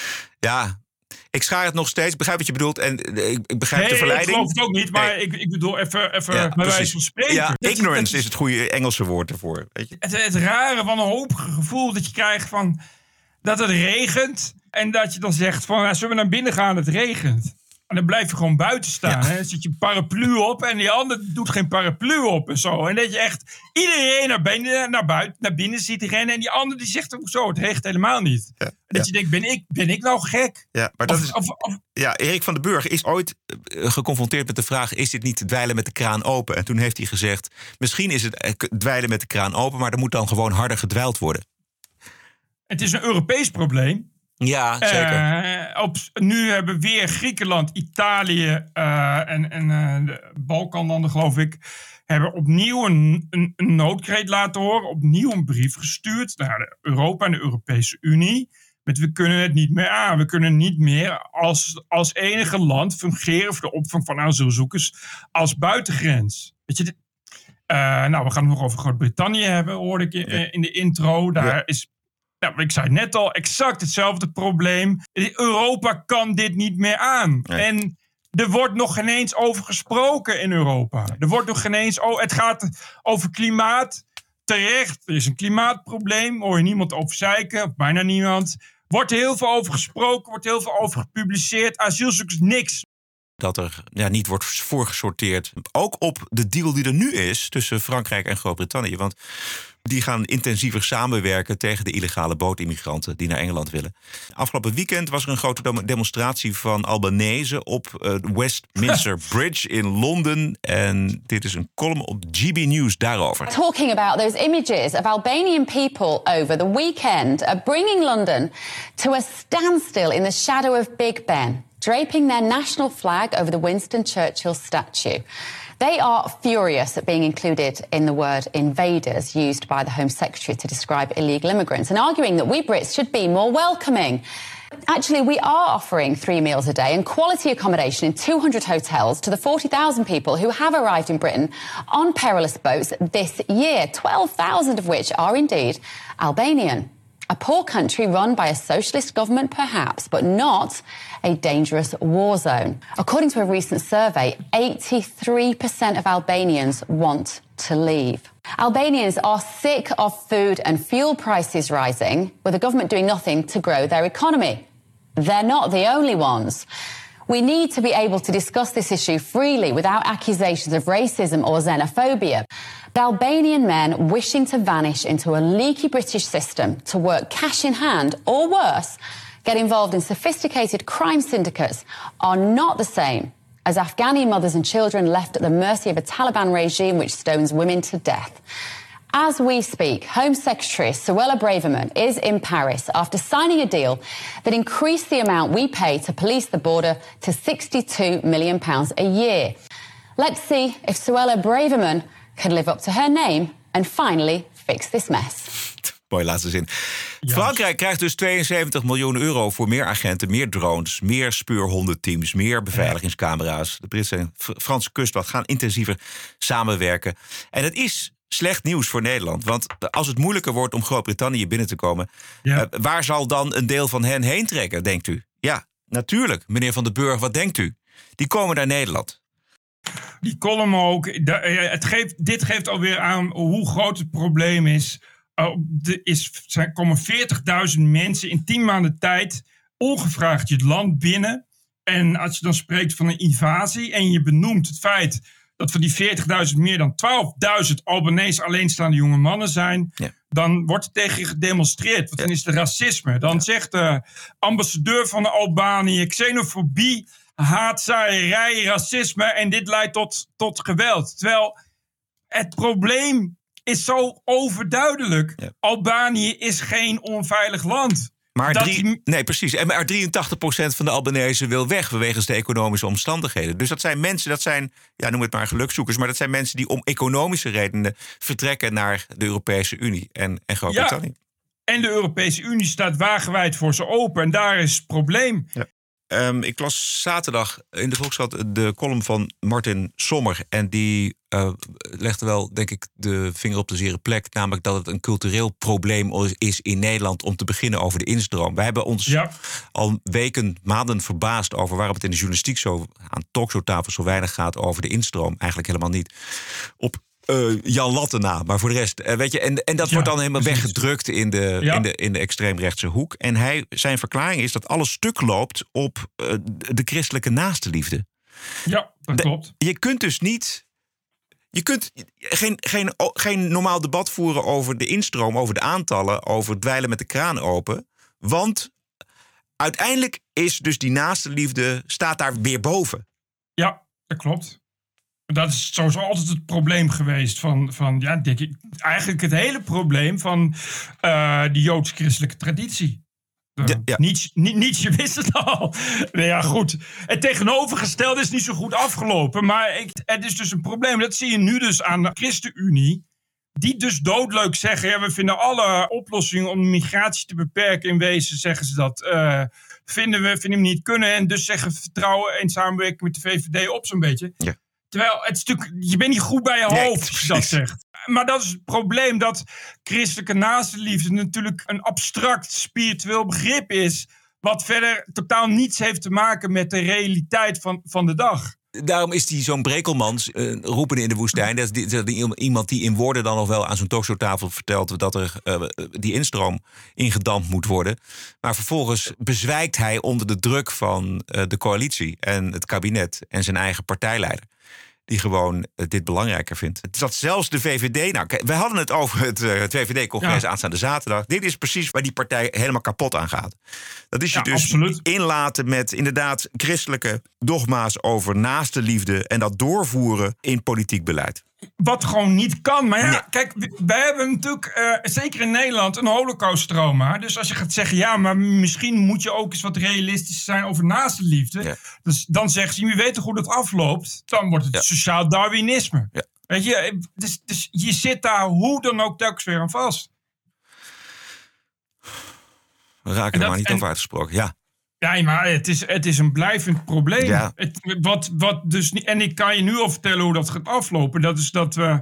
Ja. Ik schaar het nog steeds. Ik begrijp wat je bedoelt. En ik begrijp de verleiding. Ik geloof het ook niet. Maar ik bedoel even bij wijze van spreken. Ja, ignorance is het goede Engelse woord ervoor. Weet je? Het rare van een hoopige gevoel dat je krijgt van dat het regent. En dat je dan zegt van, zullen we naar binnen gaan? Het regent. En dan blijf je gewoon buiten staan. Hè? Dan zet je een paraplu op en die ander doet geen paraplu op en zo. En dat je echt iedereen naar binnen ziet rennen. En die ander die zegt ook zo, het regent helemaal niet. Ja, dat je denkt, ben ik nou gek? Ja, maar dat Erik van den Burg is ooit geconfronteerd met de vraag, is dit niet dweilen met de kraan open? En toen heeft hij gezegd, misschien is het dweilen met de kraan open, maar er moet dan gewoon harder gedwijld worden. Het is een Europees probleem. Ja, zeker. Nu hebben weer Griekenland, Italië en de Balkanlanden, geloof ik, hebben opnieuw een noodkreet laten horen. Opnieuw een brief gestuurd naar Europa en de Europese Unie. Met we kunnen het niet meer aan. We kunnen niet meer als enige land fungeren voor de opvang van asielzoekers als buitengrens. Weet je, we gaan het nog over Groot-Brittannië hebben, hoorde ik in de intro. Daar is... Nou, ik zei net al, exact hetzelfde probleem. Europa kan dit niet meer aan. Nee. En er wordt nog geen eens over gesproken in Europa. Er wordt nog geen eens... het gaat over klimaat. Terecht, er is een klimaatprobleem. Hoor je niemand over zeiken, of bijna niemand. Wordt er heel veel over gesproken, wordt heel veel over gepubliceerd. Asielzoekers, niks. dat er niet wordt voorgesorteerd. Ook op de deal die er nu is tussen Frankrijk en Groot-Brittannië. Want die gaan intensiever samenwerken tegen de illegale bootimmigranten die naar Engeland willen. Afgelopen weekend was er een grote demonstratie van Albanese op Westminster Bridge in Londen. En dit is een column op GB News daarover. Talking about those images of Albanian people over the weekend are bringing London to a standstill in the shadow of Big Ben, draping their national flag over the Winston Churchill statue. They are furious at being included in the word invaders used by the Home Secretary to describe illegal immigrants and arguing that we Brits should be more welcoming. Actually, we are offering 3 meals a day and quality accommodation in 200 hotels to the 40,000 people who have arrived in Britain on perilous boats this year, 12,000 of which are indeed Albanian. A poor country run by a socialist government, perhaps, but not a dangerous war zone. According to a recent survey, 83% of Albanians want to leave. Albanians are sick of food and fuel prices rising, with the government doing nothing to grow their economy. They're not the only ones. We need to be able to discuss this issue freely without accusations of racism or xenophobia. The Albanian men wishing to vanish into a leaky British system to work cash in hand, or worse, get involved in sophisticated crime syndicates are not the same as Afghani mothers and children left at the mercy of a Taliban regime which stones women to death. As we speak, Home Secretary Suella Braverman is in Paris after signing a deal that increased the amount we pay to police the border to £62 million a year. Let's see if Suella Braverman can live up to her name and finally fix this mess. Mooi laatste zin. Ja. Frankrijk krijgt dus 72 miljoen euro voor meer agenten, meer drones, meer speurhondenteams, meer beveiligingscamera's. De Britse en Franse kustwacht gaan intensiever samenwerken. En het is slecht nieuws voor Nederland. Want als het moeilijker wordt om Groot-Brittannië binnen te komen, waar zal dan een deel van hen heen trekken, denkt u? Ja, natuurlijk. Meneer Van den Burg, wat denkt u? Die komen naar Nederland. Die column ook. Dit geeft alweer aan hoe groot het probleem is. Er komen 40.000 mensen in 10 maanden tijd ongevraagd je het land binnen. En als je dan spreekt van een invasie en je benoemt het feit dat van die 40.000 meer dan 12.000 Albanese alleenstaande jonge mannen zijn, dan wordt er tegen je gedemonstreerd. Want dan is het racisme. Dan zegt de ambassadeur van de Albanië xenofobie, haatzaaierij, racisme en dit leidt tot geweld. Terwijl het probleem is zo overduidelijk. Ja. Albanië is geen onveilig land. Nee, precies. En maar 83% van de Albanezen wil weg wegens de economische omstandigheden. Dus dat zijn mensen, noem het maar gelukzoekers, maar dat zijn mensen die om economische redenen vertrekken naar de Europese Unie en Groot-Brittannië. Ja. En de Europese Unie staat wagenwijd voor ze open. En daar is het probleem. Ja. Ik las zaterdag in de Volkskrant de column van Martin Sommer. En die legde wel, denk ik, de vinger op de zere plek. Namelijk dat het een cultureel probleem is in Nederland om te beginnen over de instroom. Wij hebben ons al weken, maanden verbaasd over waarom het in de journalistiek zo aan talkshowtafels zo weinig gaat over de instroom. Eigenlijk helemaal niet. Op Jan Latte na, maar voor de rest, weet je, en dat wordt dan helemaal weggedrukt in de extreemrechtse hoek. En zijn verklaring is dat alles stuk loopt op de christelijke naastenliefde. Ja, dat klopt. Je kunt dus niet, geen normaal debat voeren over de instroom, over de aantallen, over het dweilen met de kraan open, want uiteindelijk is dus die naastenliefde staat daar weer boven. Ja, dat klopt. Dat is sowieso altijd het probleem geweest denk ik, eigenlijk het hele probleem van de joods-christelijke traditie. Nietzsche wist het al. Nou ja, goed. Het tegenovergestelde is niet zo goed afgelopen, maar het is dus een probleem. Dat zie je nu dus aan de ChristenUnie, die dus doodleuk zeggen, we vinden alle oplossingen om de migratie te beperken, in wezen zeggen ze dat, vinden we niet kunnen. En dus zeggen vertrouwen en samenwerking met de VVD op zo'n beetje. Ja. Terwijl het stuk, je bent niet goed bij je hoofd als je dat zegt. Maar dat is het probleem, dat christelijke naastenliefde natuurlijk een abstract spiritueel begrip is, wat verder totaal niets heeft te maken met de realiteit van de dag. Daarom is die zo'n Brekelmans, roepende in de woestijn. Dat is iemand die in woorden dan nog wel aan zo'n talkshowtafel vertelt dat er die instroom ingedampt moet worden. Maar vervolgens bezwijkt hij onder de druk van de coalitie en het kabinet en zijn eigen partijleider. Die gewoon dit belangrijker vindt. Het zat zelfs de VVD. Nou, we hadden het over het VVD-congres aanstaande zaterdag. Dit is precies waar die partij helemaal kapot aan gaat. Dat is je dus absoluut inlaten met inderdaad christelijke dogma's over naaste liefde en dat doorvoeren in politiek beleid. Wat gewoon niet kan. Maar ja, kijk, wij hebben natuurlijk, zeker in Nederland, een holocausttrauma. Dus als je gaat zeggen, ja, maar misschien moet je ook eens wat realistisch zijn over naaste liefde. Ja. Dus dan zeggen ze, wie weet hoe dat afloopt, dan wordt het sociaal Darwinisme. Ja. Weet je, dus je zit daar hoe dan ook telkens weer aan vast. We raken er maar niet over uitgesproken, ja. Ja, maar het is een blijvend probleem. Ja. Wat dus niet, en ik kan je nu al vertellen hoe dat gaat aflopen. Dat is dat we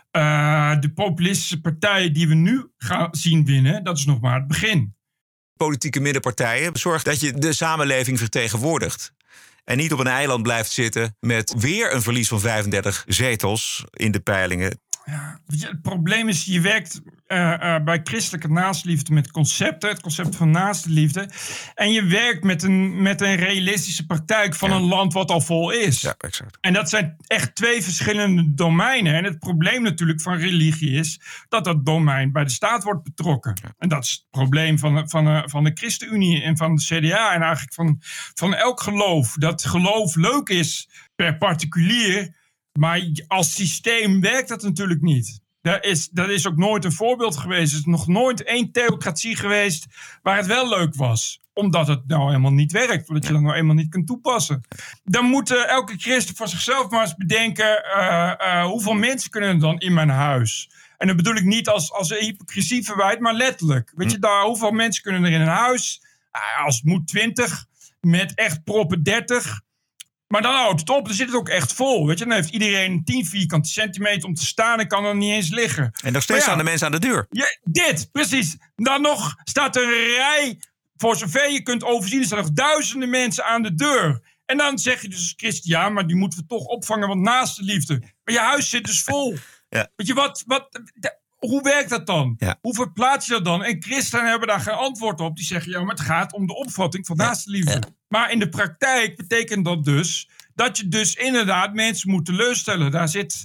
de populistische partijen die we nu gaan zien winnen, dat is nog maar het begin. Politieke middenpartijen zorgen dat je de samenleving vertegenwoordigt. En niet op een eiland blijft zitten met weer een verlies van 35 zetels in de peilingen. Ja, het probleem is, je werkt bij christelijke naastliefde met concepten. Het concept van naastliefde. En je werkt met een realistische praktijk van een land wat al vol is. Ja, exact. En dat zijn echt twee verschillende domeinen. En het probleem natuurlijk van religie is dat domein bij de staat wordt betrokken. Ja. En dat is het probleem van de ChristenUnie en van de CDA. En eigenlijk van elk geloof. Dat geloof leuk is per particulier. Maar als systeem werkt dat natuurlijk niet. Dat is ook nooit een voorbeeld geweest. Er is nog nooit één theocratie geweest waar het wel leuk was. Omdat het nou helemaal niet werkt. Omdat je dat nou helemaal niet kunt toepassen. Dan moet elke christen voor zichzelf maar eens bedenken, hoeveel mensen kunnen er dan in mijn huis? En dat bedoel ik niet als een hypocrisie verwijt, maar letterlijk. Weet je, hoeveel mensen kunnen er in een huis? Als het moet 20, met echt proppen 30... Maar dan houdt het op, dan zit het ook echt vol. Weet je? Dan heeft iedereen 10 vierkante centimeter om te staan en kan er niet eens liggen. En nog steeds staan de mensen aan de deur. Ja, precies. Dan nog staat er een rij, voor zover je kunt overzien, er staan nog duizenden mensen aan de deur. En dan zeg je dus als christen, ja, maar die moeten we toch opvangen, want naast de liefde. Maar je huis zit dus vol. Ja. Weet je, hoe werkt dat dan? Ja. Hoe verplaats je dat dan? En christenen hebben daar geen antwoord op. Die zeggen, ja, maar het gaat om de opvatting van naaste liefde. Ja. Maar in de praktijk betekent dat dus dat je dus inderdaad mensen moet teleurstellen. Daar zit...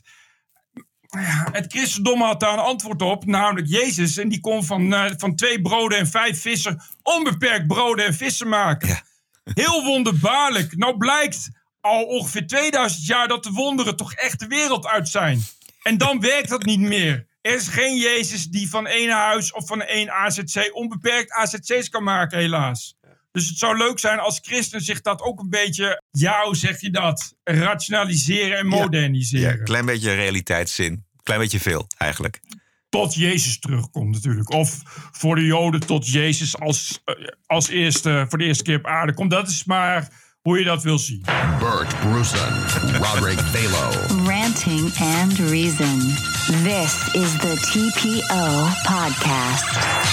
Ja, het christendom had daar een antwoord op, namelijk Jezus. En die kon van 2 broden en 5 vissen onbeperkt broden en vissen maken. Ja. Heel wonderbaarlijk. Nou blijkt al ongeveer 2000 jaar dat de wonderen toch echt de wereld uit zijn. En dan werkt dat niet meer. Er is geen Jezus die van één huis of van één AZC onbeperkt AZC's kan maken, helaas. Dus het zou leuk zijn als christenen zich dat ook een beetje, hoe zeg je dat, rationaliseren en moderniseren. Ja, klein beetje realiteitszin. Klein beetje veel, eigenlijk. Tot Jezus terugkomt natuurlijk. Of voor de Joden tot Jezus als eerste, voor de eerste keer op aarde komt. Dat is maar hoe je dat wil zien. Bert Brussen, Roderick Balo. Ranting and Reason. This is the TPO podcast.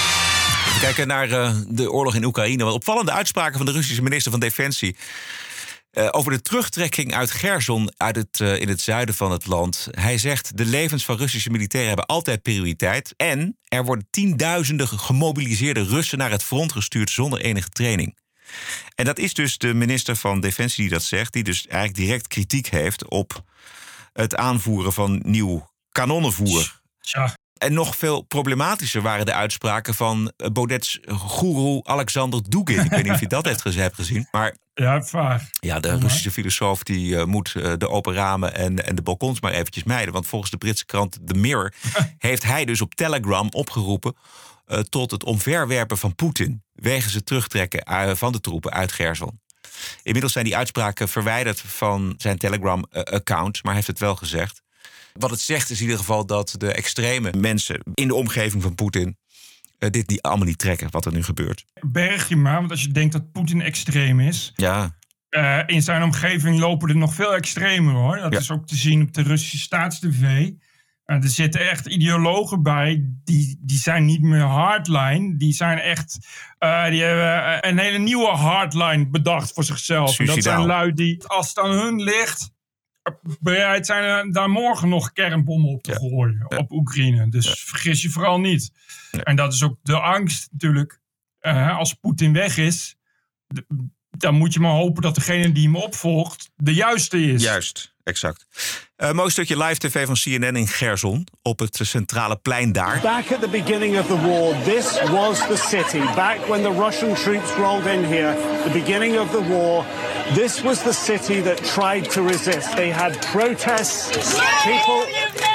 We kijken naar de oorlog in Oekraïne. Wat opvallende uitspraken van de Russische minister van Defensie over de terugtrekking uit Gerson in het zuiden van het land. Hij zegt, de levens van Russische militairen hebben altijd prioriteit. En er worden tienduizenden gemobiliseerde Russen naar het front gestuurd zonder enige training. En dat is dus de minister van Defensie die dat zegt, die dus eigenlijk direct kritiek heeft op het aanvoeren van nieuw kanonnenvoer. Ja. En nog veel problematischer waren de uitspraken van Baudet's goeroe Alexander Dugin. Ik weet niet of je dat hebt gezien. Maar ja, vaag. Ja, de Russische filosoof die moet de open ramen en de balkons maar eventjes mijden. Want volgens de Britse krant The Mirror heeft hij dus op Telegram opgeroepen tot het omverwerpen van Poetin wegens het terugtrekken van de troepen uit Gerson. Inmiddels zijn die uitspraken verwijderd van zijn Telegram-account, maar hij heeft het wel gezegd. Wat het zegt is in ieder geval dat de extreme mensen in de omgeving van Poetin dit allemaal niet trekken, wat er nu gebeurt. Berg je maar, want als je denkt dat Poetin extreem is, ja. In zijn omgeving lopen er nog veel extremer, hoor. Dat is ook te zien op de Russische staatstv. Er zitten echt ideologen bij, die zijn niet meer hardline. Die zijn echt, die hebben een hele nieuwe hardline bedacht voor zichzelf. En dat zijn lui die, als het aan hun ligt, bereid zijn daar morgen nog kernbommen op te gooien op Oekraïne. Dus vergis je vooral niet. Ja. En dat is ook de angst natuurlijk. Als Poetin weg is, dan moet je maar hopen dat degene die hem opvolgt de juiste is. Juist, exact. Mooi stukje live tv van CNN in Gerson op het centrale plein daar. Back at the beginning of the war, this was the city. Back when the Russian troops rolled in here, the beginning of the war, this was the city that tried to resist. They had protests, people...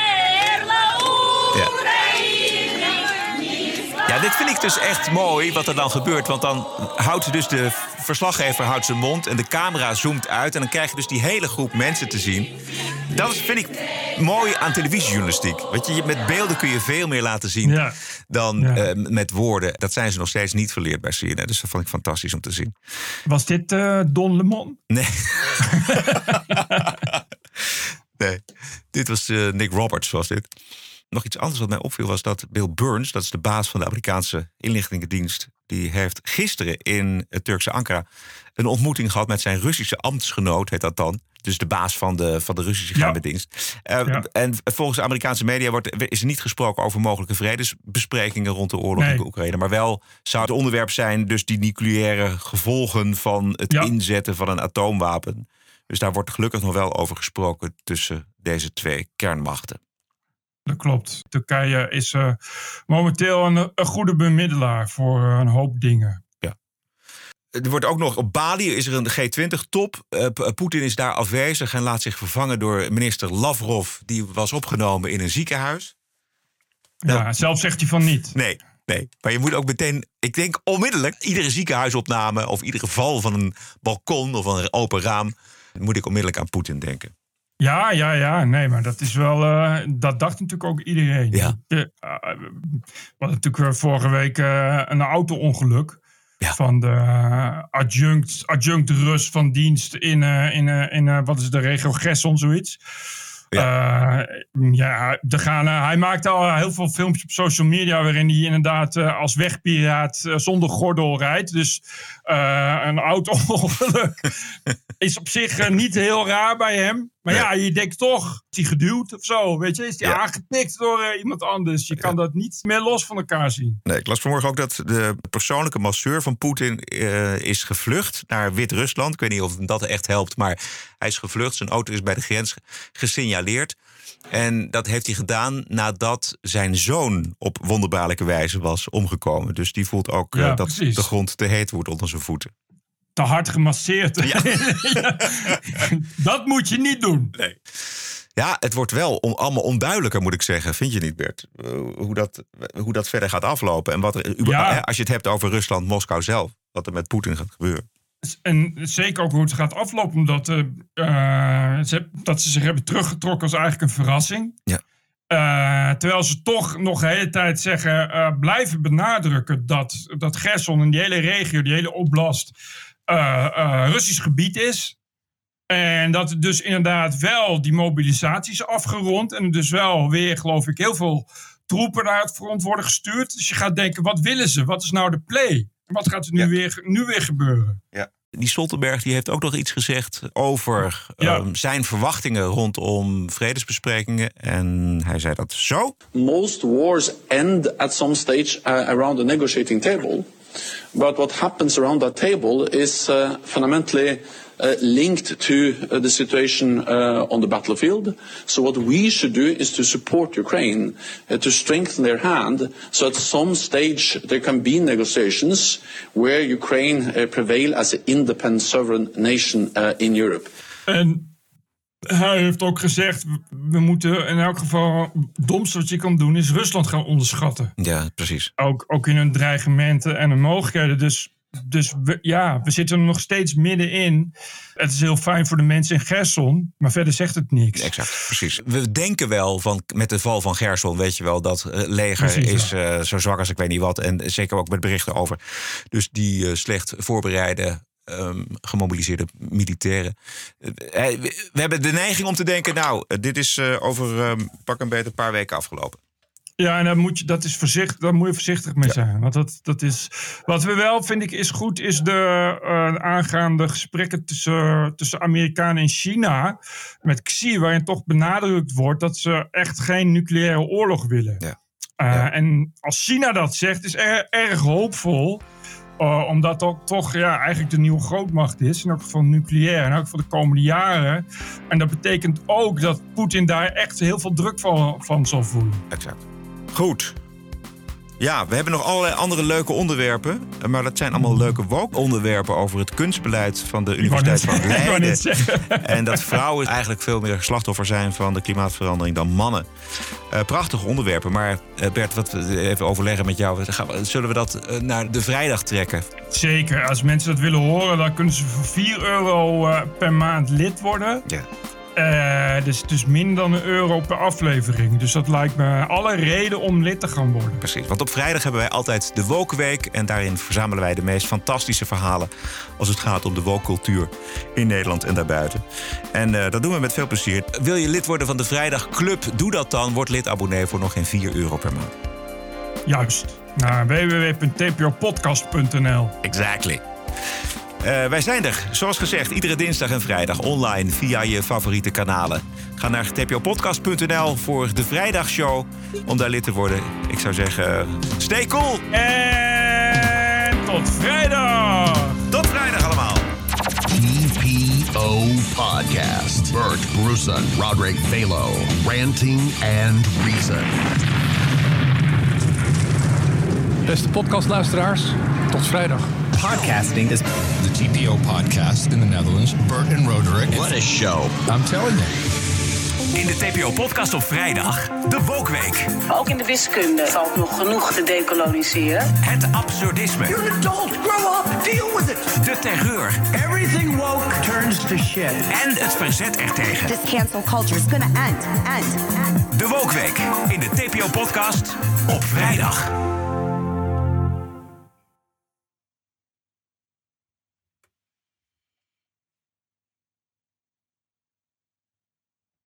Ja, dit vind ik dus echt mooi wat er dan gebeurt. Want dan houdt dus de verslaggever zijn mond en de camera zoomt uit. En dan krijg je dus die hele groep mensen te zien. Dat vind ik mooi aan televisiejournalistiek. Want met beelden kun je veel meer laten zien dan met woorden. Dat zijn ze nog steeds niet verleerd bij CNN. Dus dat vond ik fantastisch om te zien. Was dit Don Lemon? Nee. Nee, dit was Nick Roberts, was dit. Nog iets anders wat mij opviel was dat Bill Burns, dat is de baas van de Amerikaanse inlichtingendienst, die heeft gisteren in het Turkse Ankara een ontmoeting gehad met zijn Russische ambtsgenoot, heet dat dan. Dus de baas van de Russische geheime dienst. En volgens de Amerikaanse media is er niet gesproken over mogelijke vredesbesprekingen rond de oorlog in Oekraïne. Maar wel zou het onderwerp zijn dus die nucleaire gevolgen van het inzetten van een atoomwapen. Dus daar wordt gelukkig nog wel over gesproken tussen deze twee kernmachten. Dat klopt. Turkije is momenteel een goede bemiddelaar voor een hoop dingen. Ja. Er wordt ook nog op Bali is er een G20-top. Poetin is daar afwezig en laat zich vervangen door minister Lavrov. Die was opgenomen in een ziekenhuis. Ja, zelf zegt hij van niet. Nee. Maar je moet ook meteen, ik denk onmiddellijk, iedere ziekenhuisopname of iedere val van een balkon of een open raam, moet ik onmiddellijk aan Poetin denken. Ja. Nee, maar dat is wel... dat dacht natuurlijk ook iedereen. Ja. We hadden natuurlijk vorige week een auto-ongeluk. Ja. Van de adjunct Rus van dienst in wat is de regio Gerson, zoiets. Hij maakt al heel veel filmpjes op social media waarin hij inderdaad als wegpiraat zonder gordel rijdt. Dus een auto-ongeluk is op zich niet heel raar bij hem. Maar je denkt toch, is hij geduwd of zo? Weet je, is hij aangetikt door iemand anders? Je kan dat niet meer los van elkaar zien. Nee, ik las vanmorgen ook dat de persoonlijke masseur van Poetin is gevlucht naar Wit-Rusland. Ik weet niet of dat echt helpt, maar hij is gevlucht. Zijn auto is bij de grens gesignaleerd. En dat heeft hij gedaan nadat zijn zoon op wonderbaarlijke wijze was omgekomen. Dus die voelt ook dat de grond te heet wordt onder zijn voeten. Te hard gemasseerd. Ja. Dat moet je niet doen. Nee. Ja, het wordt wel allemaal onduidelijker, moet ik zeggen. Vind je niet, Bert? Hoe dat verder gaat aflopen. En wat er, als je het hebt over Rusland, Moskou zelf. Wat er met Poetin gaat gebeuren. En zeker ook hoe het gaat aflopen. Omdat dat ze zich hebben teruggetrokken als eigenlijk een verrassing. Ja. Terwijl ze toch nog de hele tijd zeggen, blijven benadrukken dat Gerson en die hele regio, die hele oblast, Russisch gebied is. En dat er dus inderdaad wel die mobilisatie is afgerond. En dus wel weer, geloof ik, heel veel troepen naar het front worden gestuurd. Dus je gaat denken, wat willen ze? Wat is nou de play? En wat gaat er nu weer gebeuren? Ja. Die Stoltenberg die heeft ook nog iets gezegd over zijn verwachtingen rondom vredesbesprekingen. En hij zei dat zo. Most wars end at some stage around the negotiating table. But what happens around that table is fundamentally linked to the situation on the battlefield. So what we should do is to support Ukraine, to strengthen their hand, so at some stage there can be negotiations where Ukraine prevail as an independent sovereign nation in Europe. En hij heeft ook gezegd, we moeten in elk geval het domste wat je kan doen is Rusland gaan onderschatten. Ja, precies. Ook in hun dreigementen en hun mogelijkheden. Dus we zitten er nog steeds middenin. Het is heel fijn voor de mensen in Gerson, maar verder zegt het niks. Exact, precies. We denken wel met de val van Gerson, weet je wel, dat het leger precies, is zo zwak als ik weet niet wat. En zeker ook met berichten over. Dus die slecht voorbereide, gemobiliseerde militairen. We hebben de neiging om te denken, dit is over pak een beetje een paar weken afgelopen. Ja, en daar moet je voorzichtig mee zijn. Want dat is... Wat we wel, vind ik, is goed... is de aangaande gesprekken tussen Amerikanen en China... met Xi, waarin toch benadrukt wordt... dat ze echt geen nucleaire oorlog willen. Ja. En als China dat zegt, is erg hoopvol... omdat ook toch eigenlijk de nieuwe grootmacht is. In elk geval nucleair. En ook voor de komende jaren. En dat betekent ook dat Poetin daar echt heel veel druk van zal voelen. Exact. Goed. Ja, we hebben nog allerlei andere leuke onderwerpen. Maar dat zijn allemaal leuke woke-onderwerpen... over het kunstbeleid van de Universiteit van Leiden. En dat vrouwen eigenlijk veel meer slachtoffer zijn... van de klimaatverandering dan mannen. Prachtige onderwerpen. Maar Bert, wat we even overleggen met jou. Zullen we dat naar de vrijdag trekken? Zeker. Als mensen dat willen horen... dan kunnen ze voor €4 per maand lid worden. Ja. Dus minder dan €1 per aflevering. Dus dat lijkt me alle reden om lid te gaan worden. Precies, want op vrijdag hebben wij altijd de Woke Week. En daarin verzamelen wij de meest fantastische verhalen... als het gaat om de woke-cultuur in Nederland en daarbuiten. En dat doen we met veel plezier. Wil je lid worden van de Vrijdag Club? Doe dat dan. Word lid-abonnee voor nog geen €4 per maand. Juist. Naar www.tpopodcast.nl. Exactly. Wij zijn er, zoals gezegd, iedere dinsdag en vrijdag online via je favoriete kanalen. Ga naar tpopodcast.nl voor de vrijdagshow om daar lid te worden. Ik zou zeggen, stay cool! En tot vrijdag! Tot vrijdag allemaal! TPO Podcast. Bert Brussen, Roderick Balo, Ranting and Reason. Beste podcastluisteraars, tot vrijdag. Podcasting is the TPO podcast in the Netherlands. Bert and Roderick. What a show. I'm telling you. In de TPO-podcast op vrijdag, de Woke Week. Ook in de wiskunde valt nog genoeg te decoloniseren. Het absurdisme. You're an adult, grow up, deal with it. De terreur. Everything woke turns to shit. En het verzet ertegen. This cancel culture is gonna end. De Woke Week in de TPO-podcast op vrijdag.